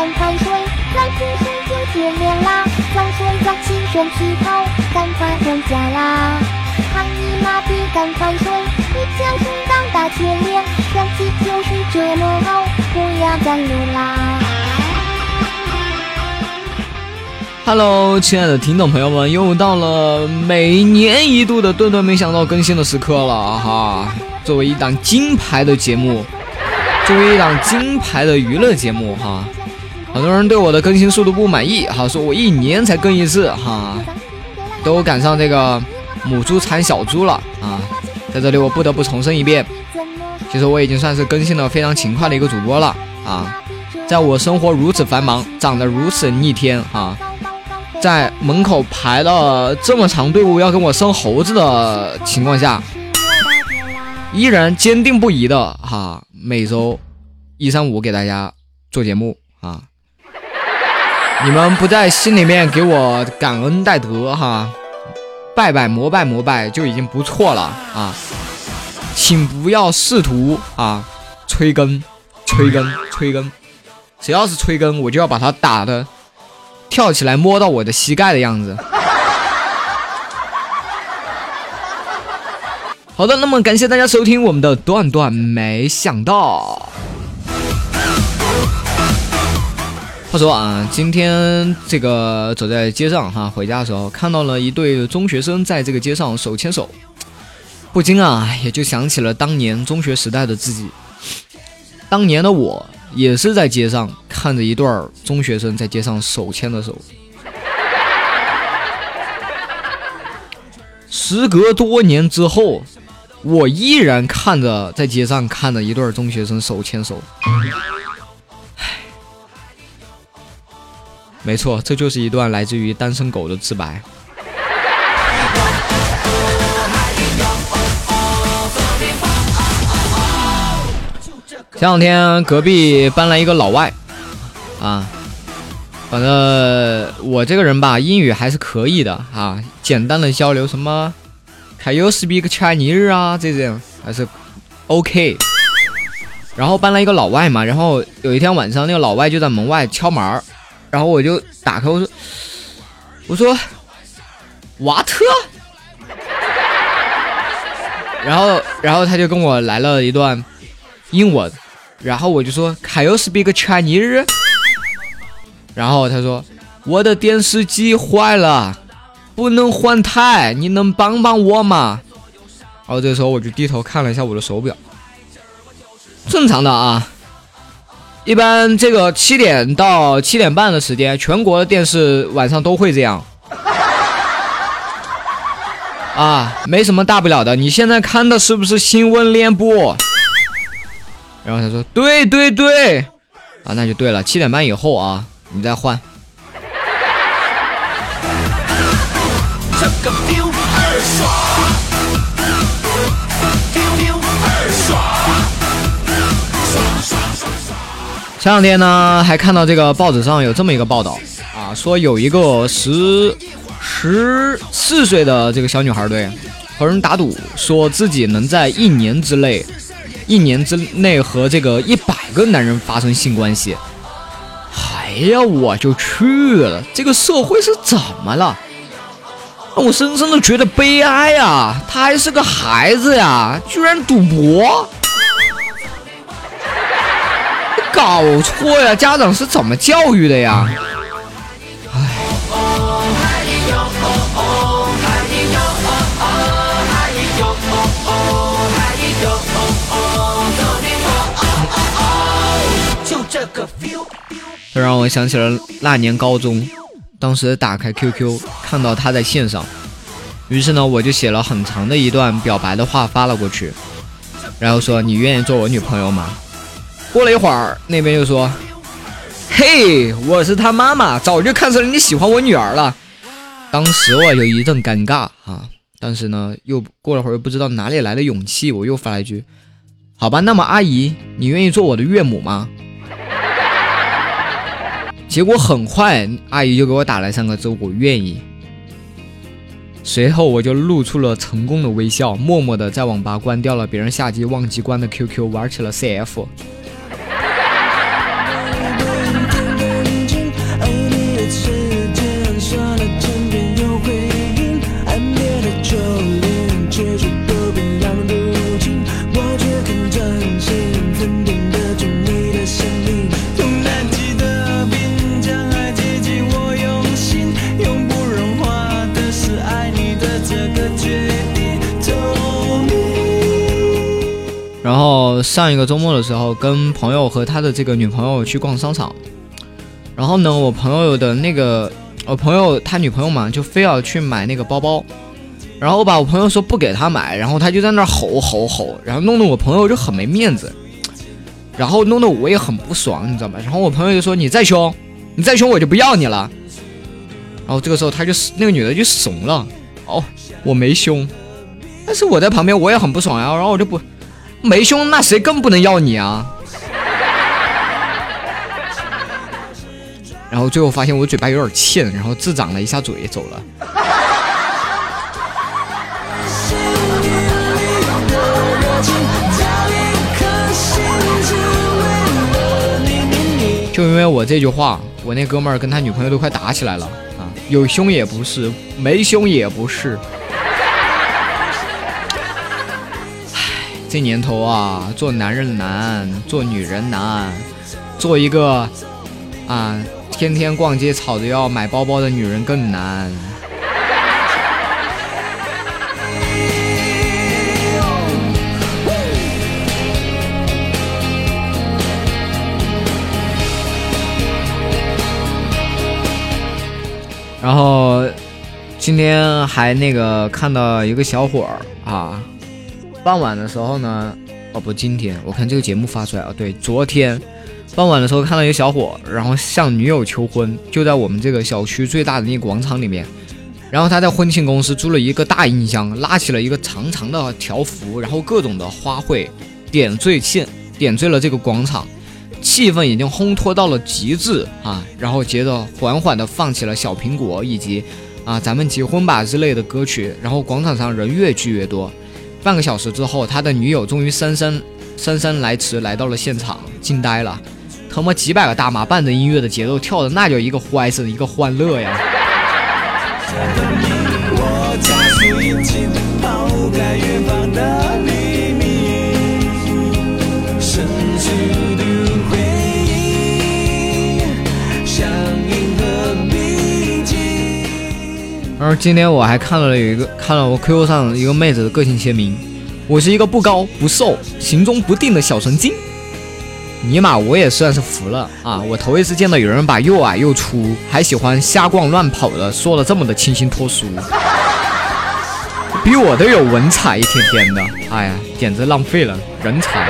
赶快睡，来听声就见面啦。早睡早起身体好，赶快回家啦。看你妈逼赶快睡，一觉睡到大天亮，身体就是这么好，不要赶路啦。 Hello， 亲爱的听众朋友们，又到了每年一度的顿顿没想到更新的时刻了哈。作为一档金牌的节目，作为一档金牌的娱乐节目哈，很多人对我的更新速度不满意哈，说我一年才更一次哈，都赶上这个母猪产小猪了啊。在这里我不得不重申一遍，其实我已经算是更新的非常勤快的一个主播了啊。在我生活如此繁忙，长得如此逆天啊，在门口排了这么长队伍要跟我生猴子的情况下，依然坚定不移的哈，每周1、3、5给大家做节目啊。你们不在心里面给我感恩戴德哈，拜拜膜拜就已经不错了啊，请不要试图啊催更，谁要是催更，我就要把他打的跳起来摸到我的膝盖的样子。好的，那么感谢大家收听我们的段段没想到。话说啊，今天这个走在街上哈，回家的时候看到了一对中学生在这个街上手牵手，不禁啊也就想起了当年中学时代的自己。当年的我也是在街上看着一对中学生在街上手牵着手，时隔多年之后，我依然看着在街上看着一对中学生手牵手。没错，这就是一段来自于单身狗的自白。前两天隔壁搬来一个老外啊，反正我这个人吧，英语还是可以的啊，简单的交流什么 Can you speak Chinese 啊，这种还是 OK。然后搬来一个老外嘛，然后有一天晚上那个老外就在门外敲门，然后我就打开，我说 What？ 然后他就跟我来了一段英文，然后我就说 Can you speak Chinese？ 然后他说我的电视机坏了，不能换台，你能帮帮我吗？然后这时候我就低头看了一下我的手表，正常的啊，一般这个7点到7点半的时间，全国的电视晚上都会这样啊，没什么大不了的。你现在看的是不是新闻联播？然后他说对啊，那就对了，7点半以后啊你再换。这个 feel 二前两天呢还看到这个报纸上有这么一个报道啊，说有一个14岁的这个小女孩对和人打赌，说自己能在1年之内和这个100个男人发生性关系。哎呀，我就去了，这个社会是怎么了？我深深的觉得悲哀呀，他还是个孩子呀，居然赌博，搞错呀，家长是怎么教育的呀？这让我想起了那年高中，当时打开 QQ 看到他在线上，于是呢我就写了很长的一段表白的话发了过去，然后说你愿意做我女朋友吗？过了一会儿那边又说嘿，我是他妈妈，早就看出来你喜欢我女儿了。当时我有一阵尴尬啊，但是呢又过了会儿又不知道哪里来的勇气，我又发了一句好吧，那么阿姨你愿意做我的岳母吗？结果很快阿姨就给我打来3个字，我愿意。随后我就露出了成功的微笑，默默的在网吧关掉了别人下机忘记关的 QQ， 玩起了 CF。 后上一个周末的时候，跟朋友和他的这个女朋友去逛商场，然后呢，我朋友他女朋友嘛，就非要去买那个包包，然后我朋友说不给他买，然后他就在那儿吼，然后弄得我朋友就很没面子，然后弄得我也很不爽，你知道吗？然后我朋友就说你再凶我就不要你了。然后这个时候那个女的就怂了，我没凶，但是我在旁边我也很不爽呀，然后我就不没凶，那谁更不能要你啊？然后最后发现我嘴巴有点欠，然后自长了一下嘴走了。就因为我这句话，我那哥们儿跟他女朋友都快打起来了啊！有凶也不是，没凶也不是。这年头啊，做男人难，做女人难，做一个天天逛街吵着要买包包的女人更难。然后今天还看到一个小伙儿啊，傍晚的时候呢，今天我看这个节目发出来啊，对，昨天傍晚的时候看到一个小伙，然后向女友求婚，就在我们这个小区最大的那个广场里面。然后他在婚庆公司租了一个大音箱，拉起了一个长长的条幅，然后各种的花卉点缀了这个广场。气氛已经烘托到了极致啊，然后接着缓缓地放起了小苹果以及咱们结婚吧之类的歌曲，然后广场上人越聚越多。半个小时之后，他的女友终于姗姗来迟来到了现场，惊呆了，他妈几百个大妈伴着音乐的节奏跳的那叫一个欢是一个欢乐呀。然后今天我还看了我 QQ 上一个妹子的个性签名，我是一个不高不瘦行踪不定的小神经。尼玛我也算是服了啊！我头一次见到有人把又矮又粗还喜欢瞎逛乱跑的说的这么的清新脱俗，比我都有文采，一天天的，哎呀，简直浪费了人才。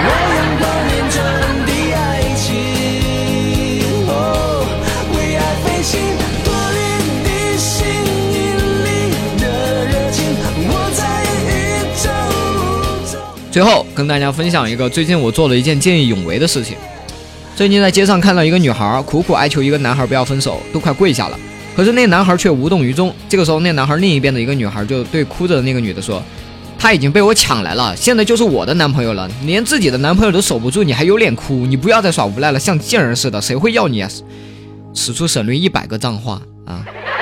最后跟大家分享一个最近我做了一件见义勇为的事情。最近在街上看到一个女孩苦苦哀求一个男孩不要分手，都快跪下了，可是那男孩却无动于衷。这个时候那男孩另一边的一个女孩就对哭着的那个女的说，他已经被我抢来了，现在就是我的男朋友了，连自己的男朋友都守不住，你还有脸哭？你不要再耍无赖了，像贱人似的，谁会要你啊？使出省略100个脏话啊！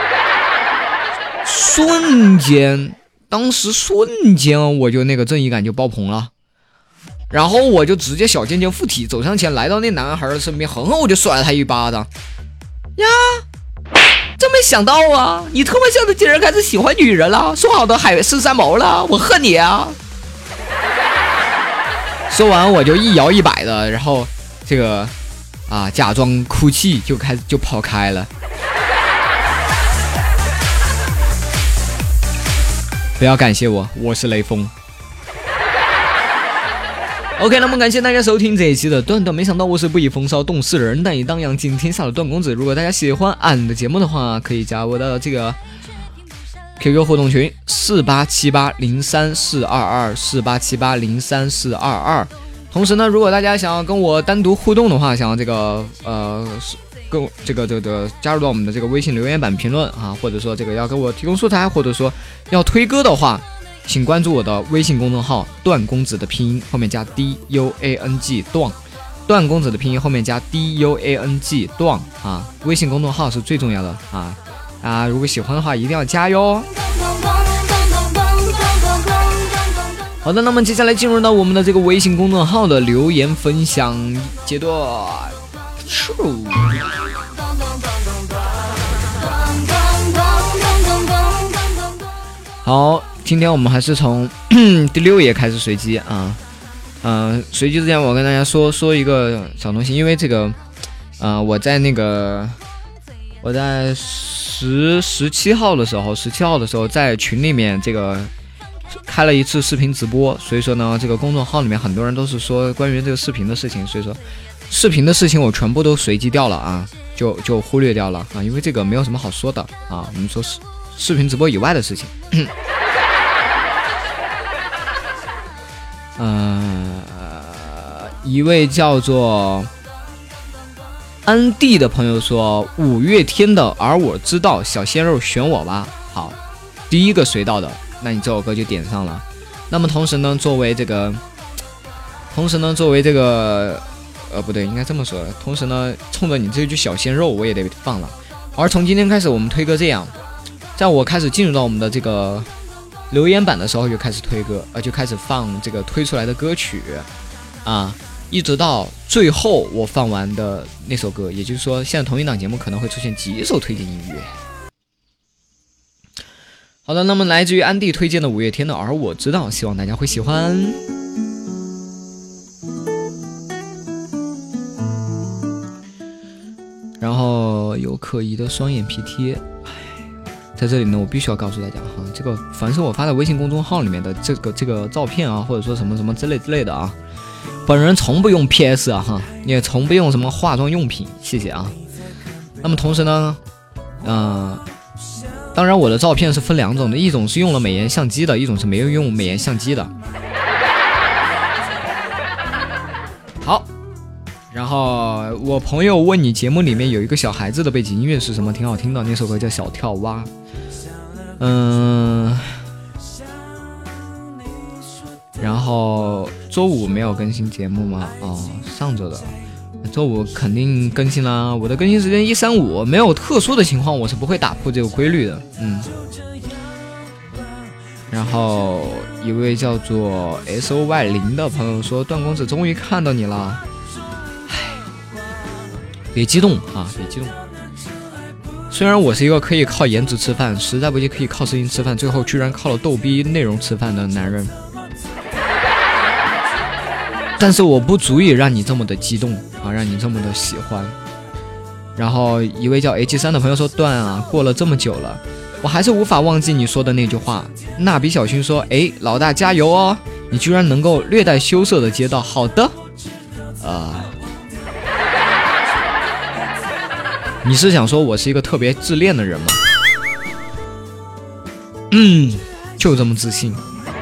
当时瞬间我就正义感就爆棚了，然后我就直接小贱贱附体走上前来到那男孩的身边，狠狠我就甩了他一巴掌。呀，真没想到啊，你他妈现在竟然开始喜欢女人了，说好的海誓山盟了，我恨你啊！说完我就一摇一摆的，然后假装哭泣就跑开了。不要感谢我，我是雷锋。OK， 那么感谢大家收听这一期的段段没想到，我是不以风骚动世人，但以荡漾惊天下的段公子。如果大家喜欢俺的节目的话，可以加我的这个 QQ 互动群48780342248878034222。同时呢，如果大家想要跟我单独互动的话，想要跟加入到我们的这个微信留言板评论啊，或者说要给我提供素材，或者说要推歌的话，请关注我的微信公众号段公子的拼音后面加 DUANG 段公子的拼音后面加 DUANG 段啊，微信公众号是最重要的啊！如果喜欢的话一定要加哟。好的，那么接下来进入到我们的这个微信公众号的留言分享阶段。好，今天我们还是从第6页开始随机啊。 随机之前我跟大家说一个小东西，因为这个我在17号的时候在群里面这个开了一次视频直播，所以说呢这个公众号里面很多人都是说关于这个视频的事情，所以说视频的事情我全部都随机掉了啊，就忽略掉了啊，因为这个没有什么好说的啊，我们说视频直播以外的事情。一位叫做安迪的朋友说5月天的而我知道，小鲜肉选我吧。好，第一个随到的，那你这首歌就点上了。那么同时呢作为这个不对，应该这么说，同时呢冲着你这句小鲜肉我也得放了。而从今天开始我们推歌这样，在我开始进入到我们的这个留言板的时候就开始推歌，就开始放这个推出来的歌曲啊，一直到最后我放完的那首歌，也就是说现在同一档节目可能会出现几首推荐音乐。好的，那么来自于安迪推荐的5月天的而我知道，希望大家会喜欢。然后有可疑的双眼皮贴，在这里呢我必须要告诉大家哈，这个凡是我发在微信公众号里面的这个照片啊，或者说什么什么之类的啊，本人从不用 PS 啊哈，也从不用什么化妆用品，谢谢啊。那么同时呢当然我的照片是分2种的，一种是用了美颜相机的，一种是没有用美颜相机的。好，然后我朋友问你节目里面有一个小孩子的背景音乐是什么，挺好听的，那首歌叫小跳蛙。然后周五没有更新节目吗？上周的周五肯定更新啦，我的更新时间1、3、5，没有特殊的情况我是不会打破这个规律的。然后一位叫做 SOY0的朋友说段公子终于看到你了，别激动啊，别激动。虽然我是一个可以靠颜值吃饭，实在不济可以靠声音吃饭，最后居然靠了逗逼内容吃饭的男人，但是我不足以让你这么的激动啊，让你这么的喜欢。然后一位叫 H3 的朋友说段啊，过了这么久了，我还是无法忘记你说的那句话。蜡笔小新说老大加油哦，你居然能够略带羞涩的接到好的。你是想说我是一个特别自恋的人吗？就这么自信。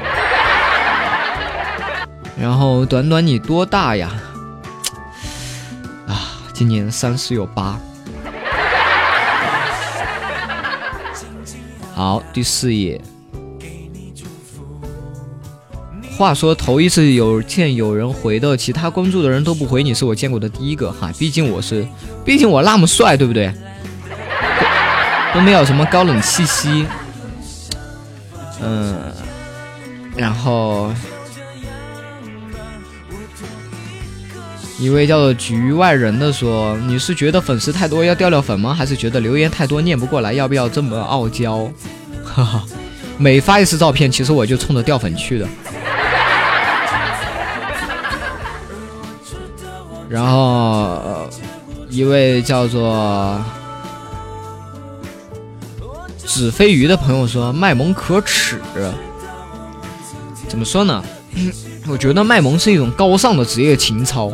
然后短短你多大呀？今年30有8。好，第4页。话说头一次见有人回的，其他关注的人都不回，你是我见过的第一个哈。毕竟我那么帅，对不对？都没有什么高冷气息。然后一位叫做局外人的说，你是觉得粉丝太多要掉粉吗？还是觉得留言太多念不过来？要不要这么傲娇？哈哈，每发一次照片其实我就冲着掉粉去的。然后一位叫做纸飞鱼的朋友说卖萌可耻。怎么说呢？我觉得卖萌是一种高尚的职业情操。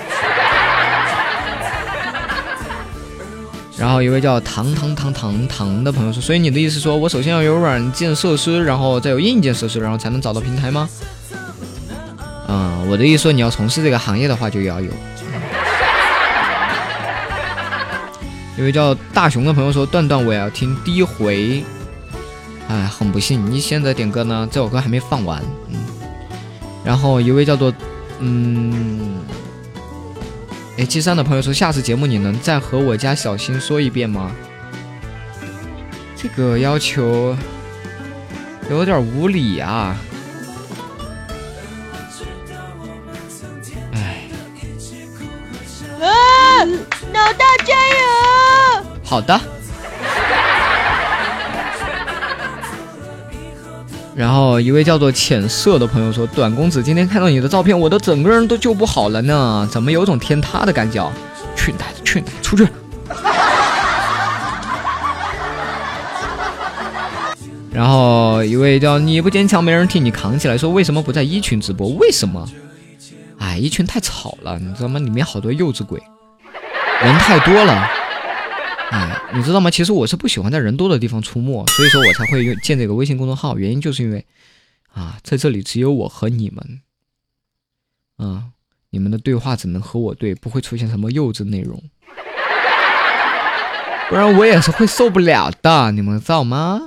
然后一位叫糖的朋友说，所以你的意思说我首先要有软件设施，然后再有硬件设施，然后才能找到平台吗？我的意思说你要从事这个行业的话就要有。一位叫大熊的朋友说，段段我要听第一回。很不幸你现在点歌呢，这首歌还没放完。然后一位叫做73的朋友说，下次节目你能再和我家小新说一遍吗？这个要求有点无理啊。 老大加油！ 好的。 然后一位叫做浅色的朋友说，短公子今天看到你的照片，我的整个人都就不好了呢，怎么有种天塌的感觉？去你的，去你的，出去！然后一位叫你不坚强没人替你扛起来说，为什么不在一群直播？为什么？哎，一群太吵了，你知道吗？里面好多幼稚鬼，人太多了。哎，你知道吗？其实我是不喜欢在人多的地方出没，所以说我才会建这个微信公众号。原因就是因为啊，在这里只有我和你们，你们的对话只能和我对，不会出现什么幼稚内容，不然我也是会受不了的，你们知道吗？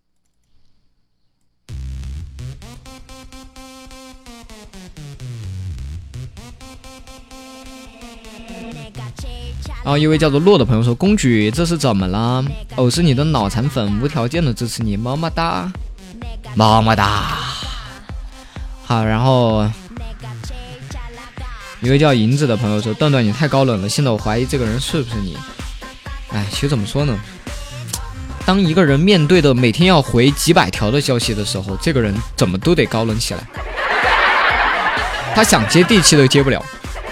然后一位叫做洛的朋友说，公举这是怎么了？偶是你的脑残粉，无条件的支持你，么么哒，么么哒。好，然后一位叫银子的朋友说，段段你太高冷了，现在我怀疑这个人是不是你。哎，其实怎么说呢，当一个人面对的每天要回几百条的消息的时候，这个人怎么都得高冷起来，他想接地气都接不了。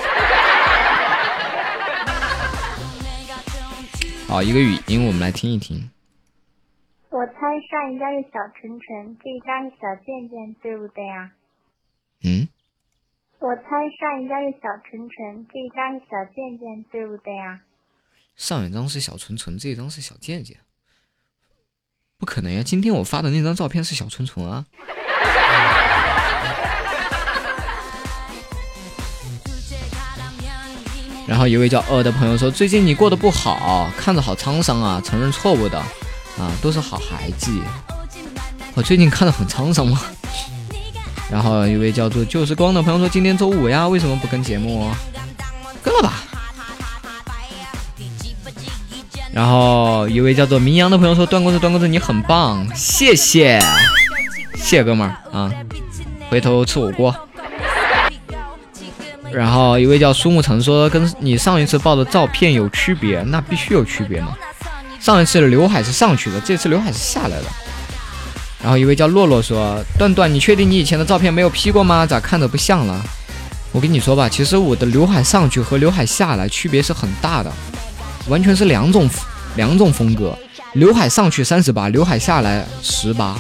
好，一个语音我们来听一听。 我猜上一家是小晨晨，这一家是小健健，对不对啊？我猜上一家是小晨晨，这一家是小健健，对不对啊？ 上一张是小纯纯，这一张是小健健，不可能呀！今天我发的那张照片是小纯纯啊。然后一位叫的朋友说，最近你过得不好，看着好沧桑啊，承认错误的啊，都是好孩子。我最近看得很沧桑吗？然后一位叫做旧时光的朋友说，今天周五呀，为什么不跟节目？跟了吧。然后一位叫做明阳的朋友说，段公子你很棒，谢谢哥们儿啊，回头吃火锅。然后一位叫苏沐橙说，跟你上一次报的照片有区别，那必须有区别嘛，上一次的刘海是上去的，这次刘海是下来的。然后一位叫洛洛说，段段你确定你以前的照片没有 P 过吗？咋看着不像了？我跟你说吧，其实我的刘海上去和刘海下来区别是很大的，完全是两种风格，刘海上去38，刘海下来18。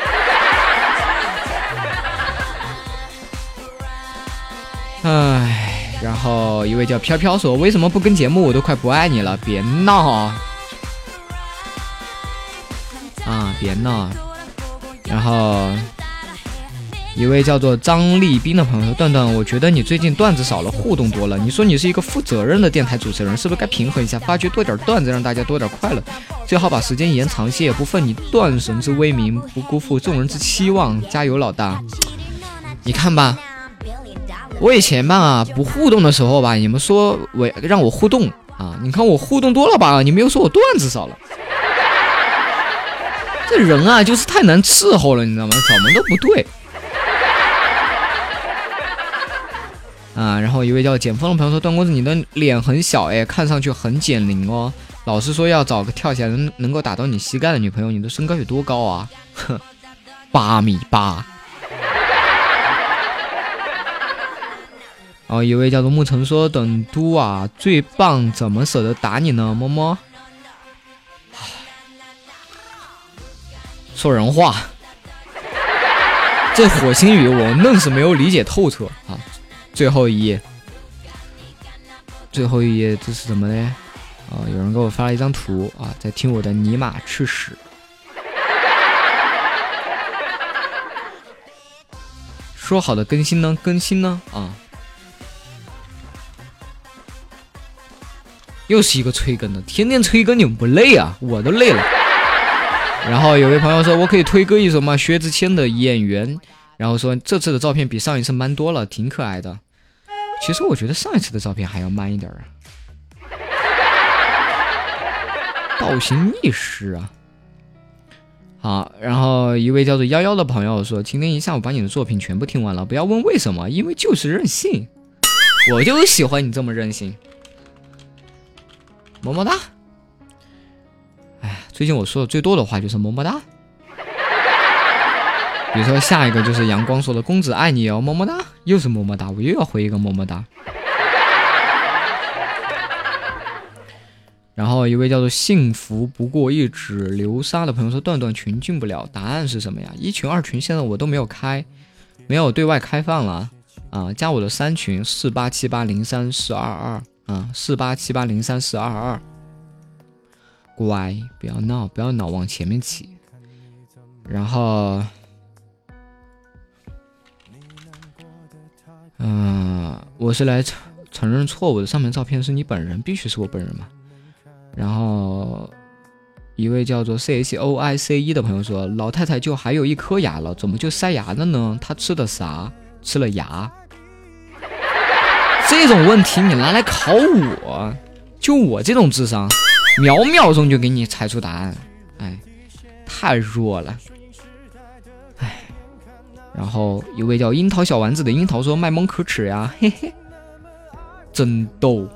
唉，然后一位叫飘飘说，为什么不跟节目？我都快不爱你了，别闹啊，别闹。然后一位叫做张立斌的朋友说，段段我觉得你最近段子少了，互动多了，你说你是一个负责任的电台主持人，是不是该平衡一下，发掘多点段子，让大家多点快乐，最好把时间延长些，不愤你段神之威名，不辜负众人之期望，加油老大。你看吧，我以前吧不互动的时候吧，你们说我让我互动啊，你看我互动多了吧，你们又说我段子少了。这人啊就是太难伺候了，你知道吗？怎么都不对啊。然后一位叫简风的朋友说，段公子你的脸很小哎，看上去很减龄哦，老师说要找个跳起来能够打到你膝盖的女朋友，你的身高有多高啊？8.8米。然后一位叫做沐橙说，等都啊最棒，怎么舍得打你呢？么么。说人话，这火星语我愣是没有理解透彻啊！最后一页这是什么呢？有人给我发了一张图啊，在听我的尼玛吃屎。说好的更新呢啊！又是一个催更的，天天催更你们不累啊？我都累了。然后有位朋友说，我可以推歌一首吗？薛之谦的演员，然后说这次的照片比上一次 man 多了，挺可爱的。其实我觉得上一次的照片还要 man 一点啊，倒行逆施啊。好，然后一位叫做11的朋友说，今天一下午把你的作品全部听完了，不要问为什么，因为就是任性，我就喜欢你这么任性，么么哒。最近我说的最多的话就是么么哒。 比如说下一个就是阳光说的公子爱你哦，么么哒，又是么么哒，我又要回一个么么哒。然后一位叫做幸福不过一指流沙的朋友说，段段群进不了，答案是什么呀？1群2群现在我都没有开，没有对外开放了啊，加我的3群4878034222啊，4878034222，乖，不要闹，不要闹，往前面挤。然后我是来承认错误的，上面照片是你本人，必须是我本人嘛。然后一位叫做 CHOICE 的朋友说，老太太就还有1颗牙了，怎么就塞牙了呢？她吃的啥？吃了牙。这种问题你拿来考我，就我这种智商，秒钟就给你猜出答案，哎，太弱了，哎。然后一位叫樱桃小丸子的樱桃说，卖萌可耻呀，嘿嘿，真逗。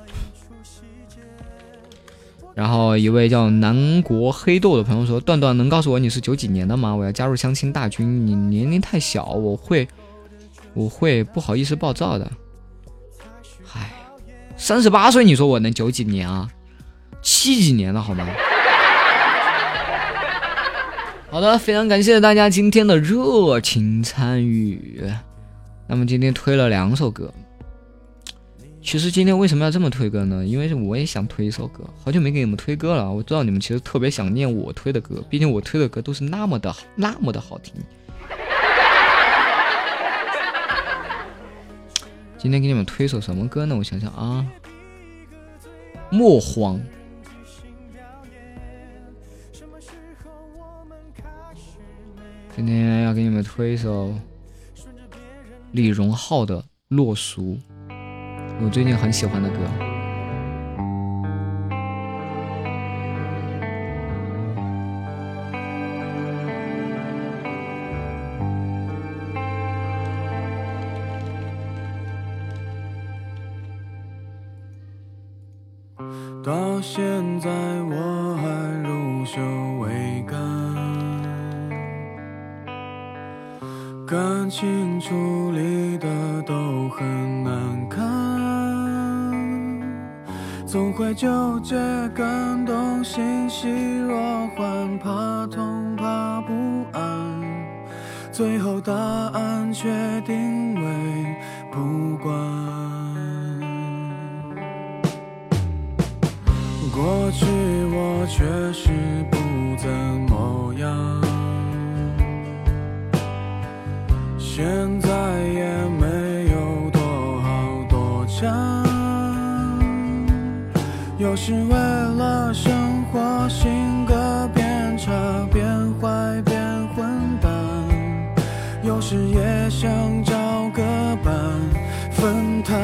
然后一位叫南国黑豆的朋友说，段段能告诉我你是90几年的吗？我要加入相亲大军，你年龄太小，我会不好意思报照的。唉，38岁你说我能90几年啊？70几年了好吗？好的，非常感谢大家今天的热情参与。那么今天推了2首歌，其实今天为什么要这么推歌呢？因为我也想推一首歌，好久没给你们推歌了。我知道你们其实特别想念我推的歌，毕竟我推的歌都是那么的好听。今天给你们推首什么歌呢？我想想啊，莫慌。今天要给你们推一首李荣浩的《洛书》，我最近很喜欢的歌。 到现在我还如羞未干，感情处理的都很难看，总会纠结感动欣喜若欢，怕痛怕不安，最后答案却定为不管。过去我确实不怎么样，现在也没有多好多强，有时为了生活性格变差，变坏变混蛋，有时也想找个伴分摊，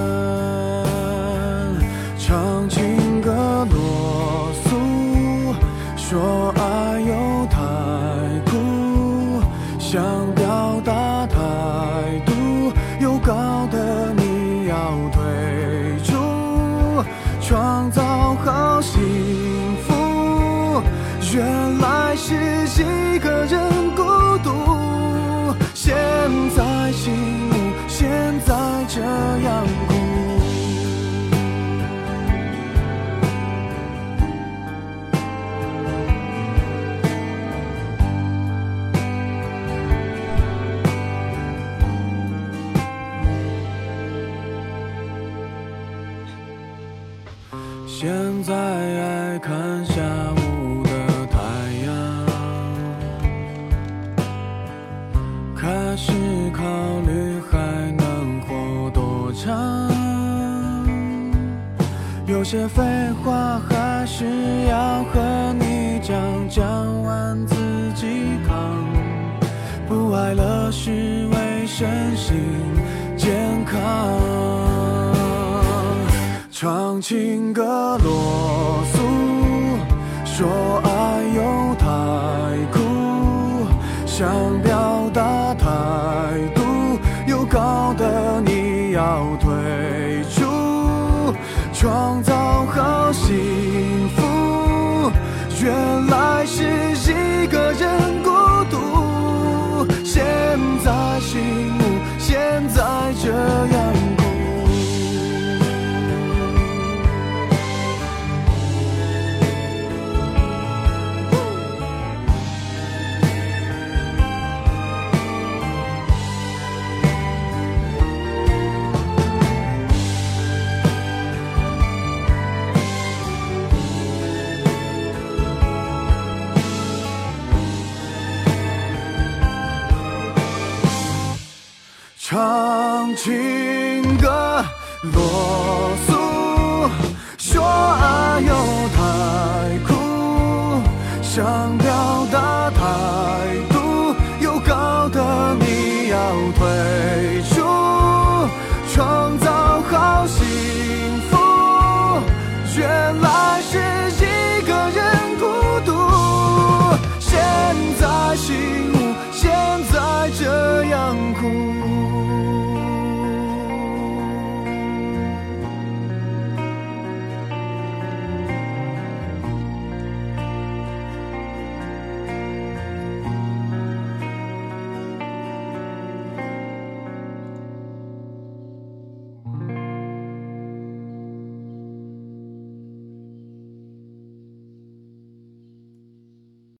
唱情歌啰嗦，说爱又太苦，想表达态度又搞得你要退出，创造好幸福原来是一个人孤独，现在醒悟，现在这样哭。现在爱看下午的太阳，开始考虑还能活多长，有些废话还是要和你讲，讲完自己扛，不爱了是为身心健康，唱情歌啰嗦，说爱又太苦，想表达态度又搞得你要退出，创造好幸福原来是一个人孤独，现唱情歌啰嗦，说爱又太苦，想